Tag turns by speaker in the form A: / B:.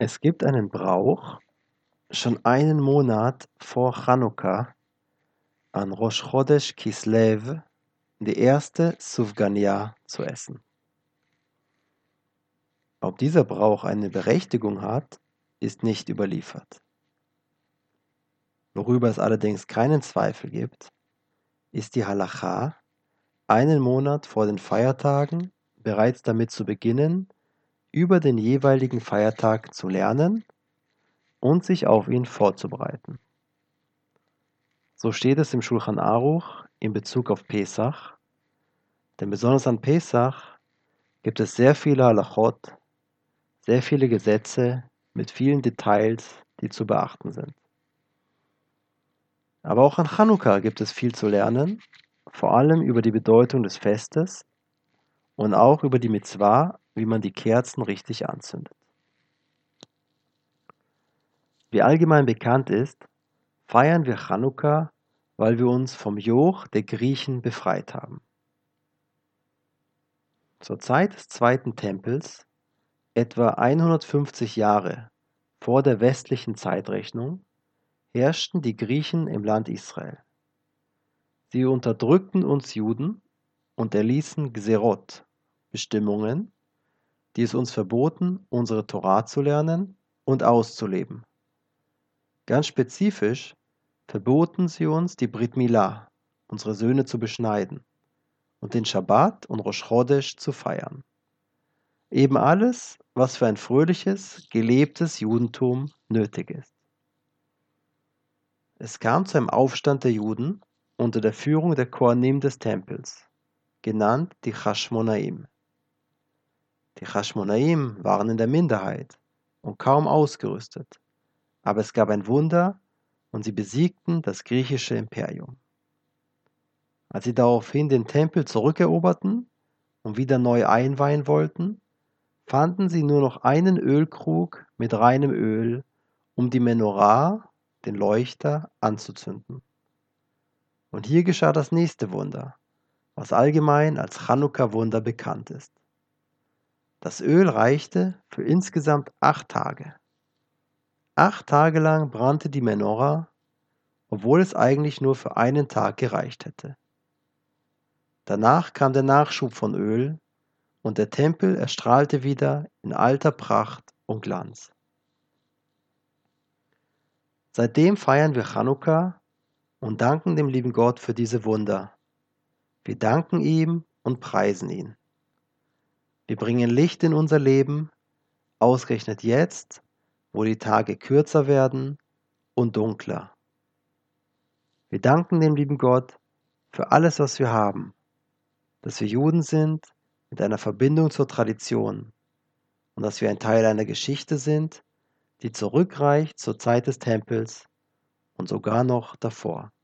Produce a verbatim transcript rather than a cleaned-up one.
A: Es gibt einen Brauch, schon einen Monat vor Chanukka, an Rosh Chodesh Kislev, die erste Sufganiyah zu essen. Ob dieser Brauch eine Berechtigung hat, ist nicht überliefert. Worüber es allerdings keinen Zweifel gibt, ist die Halacha, einen Monat vor den Feiertagen bereits damit zu beginnen, über den jeweiligen Feiertag zu lernen und sich auf ihn vorzubereiten. So steht es im Schulchan Aruch in Bezug auf Pesach, denn besonders an Pesach gibt es sehr viele Halachot, sehr viele Gesetze mit vielen Details, die zu beachten sind. Aber auch an Chanukka gibt es viel zu lernen, vor allem über die Bedeutung des Festes und auch über die Mitzvah, wie man die Kerzen richtig anzündet. Wie allgemein bekannt ist, feiern wir Chanukka, weil wir uns vom Joch der Griechen befreit haben. Zur Zeit des Zweiten Tempels, etwa hundertfünfzig Jahre vor der westlichen Zeitrechnung, herrschten die Griechen im Land Israel. Sie unterdrückten uns Juden und erließen Gserot, Bestimmungen, die es uns verboten, unsere Torah zu lernen und auszuleben. Ganz spezifisch verboten sie uns, die Brit Milah, unsere Söhne zu beschneiden, und den Schabbat und Rosh Chodesh zu feiern. Eben alles, was für ein fröhliches, gelebtes Judentum nötig ist. Es kam zu einem Aufstand der Juden unter der Führung der Kohanim des Tempels, genannt die Chaschmonaim. Die Chaschmonaim waren in der Minderheit und kaum ausgerüstet, aber es gab ein Wunder und sie besiegten das griechische Imperium. Als sie daraufhin den Tempel zurückeroberten und wieder neu einweihen wollten, fanden sie nur noch einen Ölkrug mit reinem Öl, um die Menorah, den Leuchter, anzuzünden. Und hier geschah das nächste Wunder, was allgemein als Chanukka-Wunder bekannt ist. Das Öl reichte für insgesamt acht Tage. Acht Tage lang brannte die Menorah, obwohl es eigentlich nur für einen Tag gereicht hätte. Danach kam der Nachschub von Öl und der Tempel erstrahlte wieder in alter Pracht und Glanz. Seitdem feiern wir Chanukka und danken dem lieben Gott für diese Wunder. Wir danken ihm und preisen ihn. Wir bringen Licht in unser Leben, ausgerechnet jetzt, wo die Tage kürzer werden und dunkler. Wir danken dem lieben Gott für alles, was wir haben, dass wir Juden sind mit einer Verbindung zur Tradition und dass wir ein Teil einer Geschichte sind, die zurückreicht zur Zeit des Tempels und sogar noch davor.